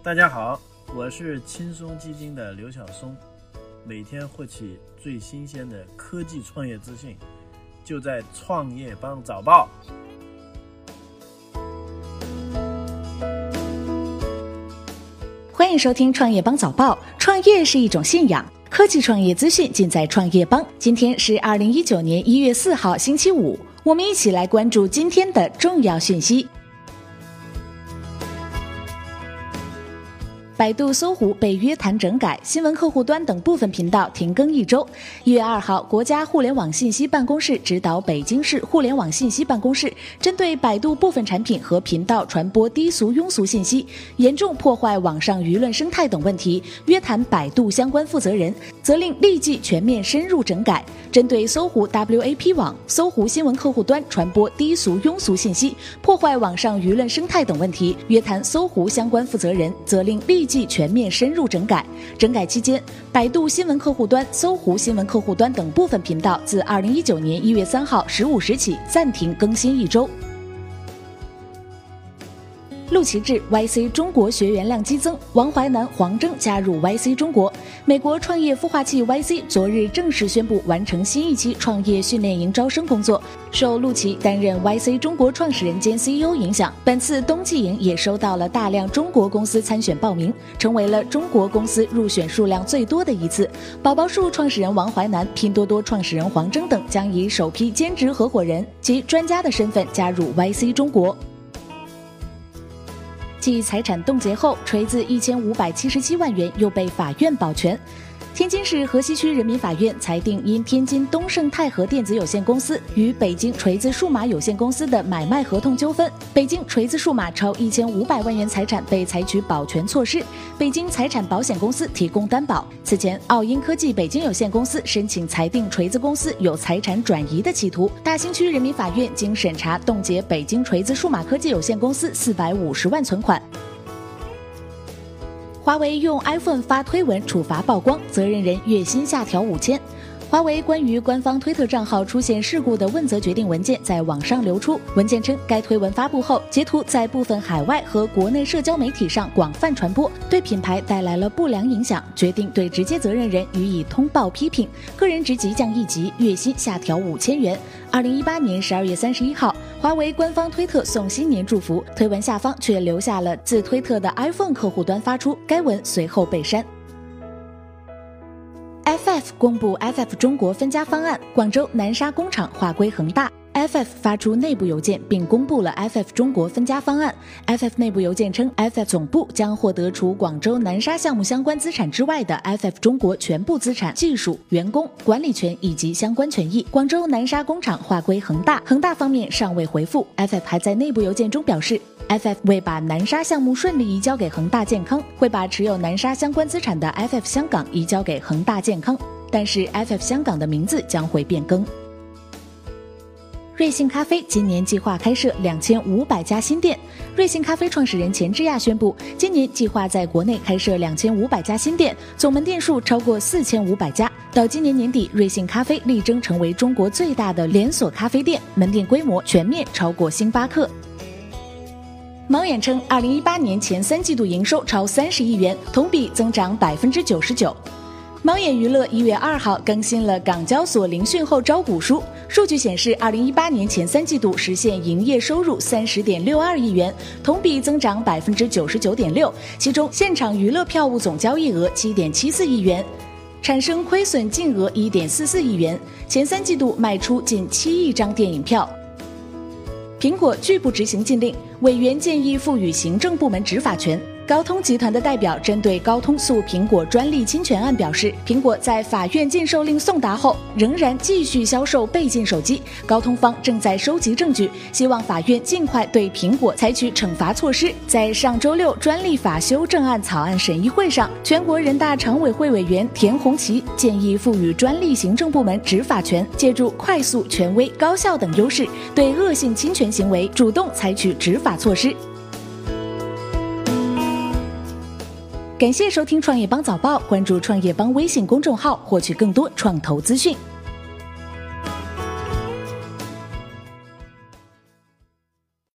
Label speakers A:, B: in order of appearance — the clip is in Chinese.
A: 大家好，我是轻松基金的刘晓松，每天获取最新鲜的科技创业资讯，就在创业邦早报。
B: 欢迎收听创业邦早报。创业是一种信仰，科技创业资讯尽在创业邦。今天是2019年1月4号星期五，我们一起来关注今天的重要讯息。百度搜狐被约谈整改，新闻客户端等部分频道停更1周。1月2号，国家互联网信息办公室指导北京市互联网信息办公室，针对百度部分产品和频道传播低俗庸俗信息，严重破坏网上舆论生态等问题，约谈百度相关负责人，责令立即全面深入整改。针对搜狐 WAP 网、搜狐新闻客户端传播低俗庸俗信息，破坏网上舆论生态等问题，约谈搜狐相关负责人，责令立即全面深入整改。整改期间，百度新闻客户端、搜狐新闻客户端等部分频道自2019年1月3号15时起暂停更新1周。陆奇志 YC 中国学员量激增，王淮南、黄峥加入 YC 中国。美国创业孵化器 YC 昨日正式宣布完成新一期创业训练营招生工作，受陆奇担任 YC 中国创始人兼 CEO 影响，本次冬季营也收到了大量中国公司参选报名，成为了中国公司入选数量最多的一次。宝宝树创始人王淮南、拼多多创始人黄峥等将以首批兼职合伙人及专家的身份加入 YC 中国。继财产冻结后，锤子1577万元又被法院保全。天津市河西区人民法院裁定，因天津东盛泰和电子有限公司与北京锤子数码有限公司的买卖合同纠纷，北京锤子数码超1500万元财产被采取保全措施，北京财产保险公司提供担保。此前，奥英科技北京有限公司申请裁定锤子公司有财产转移的企图，大兴区人民法院经审查冻结北京锤子数码科技有限公司450万存款。华为用 iPhone 发推文处罚曝光，责任人月薪下调5000。华为关于官方推特账号出现事故的问责决定文件在网上流出，文件称该推文发布后，截图在部分海外和国内社交媒体上广泛传播，对品牌带来了不良影响，决定对直接责任人予以通报批评，个人职级降1级，月薪下调5000元。2018年12月31号，华为官方推特送新年祝福，推文下方却留下了自推特的 iPhone 客户端发出，该文随后被删。FF 公布 FF 中国分家方案，广州南沙工厂划归恒大。FF 发出内部邮件并公布了 FF 中国分家方案。FF 内部邮件称 ，FF 总部将获得除广州南沙项目相关资产之外的 FF 中国全部资产、技术、员工、管理权以及相关权益。广州南沙工厂划归恒大，恒大方面尚未回复。FF 还在内部邮件中表示，FF 为把南沙项目顺利移交给恒大健康，会把持有南沙相关资产的 FF 香港移交给恒大健康，但是 FF 香港的名字将会变更。瑞幸咖啡今年计划开设2500家新店。瑞幸咖啡创始人钱之亚宣布，今年计划在国内开设2500家新店，总门店数超过4500家。到今年年底，瑞幸咖啡力争成为中国最大的连锁咖啡店，门店规模全面超过星巴克。猫眼称，2018年前3季度营收超30亿元，同比增长99%。猫眼娱乐1月2号更新了港交所聆讯后招股书，数据显示，2018年前3季度实现营业收入30.62亿元，同比增长99.6%，其中现场娱乐票务总交易额7.74亿元，产生亏损净额1.44亿元，前3季度卖出近7亿张电影票。苹果拒不执行禁令，委员建议赋予行政部门执法权。高通集团的代表针对高通诉苹果专利侵权案表示，苹果在法院禁售令送达后仍然继续销售被禁手机，高通方正在收集证据，希望法院尽快对苹果采取惩罚措施。在上周六专利法修正案草案审议会上，全国人大常委会委员田红旗建议赋予专利行政部门执法权，借助快速、权威、高效等优势，对恶性侵权行为主动采取执法措施。感谢收听创业邦早报，关注创业邦微信公众号，获取更多创投资讯。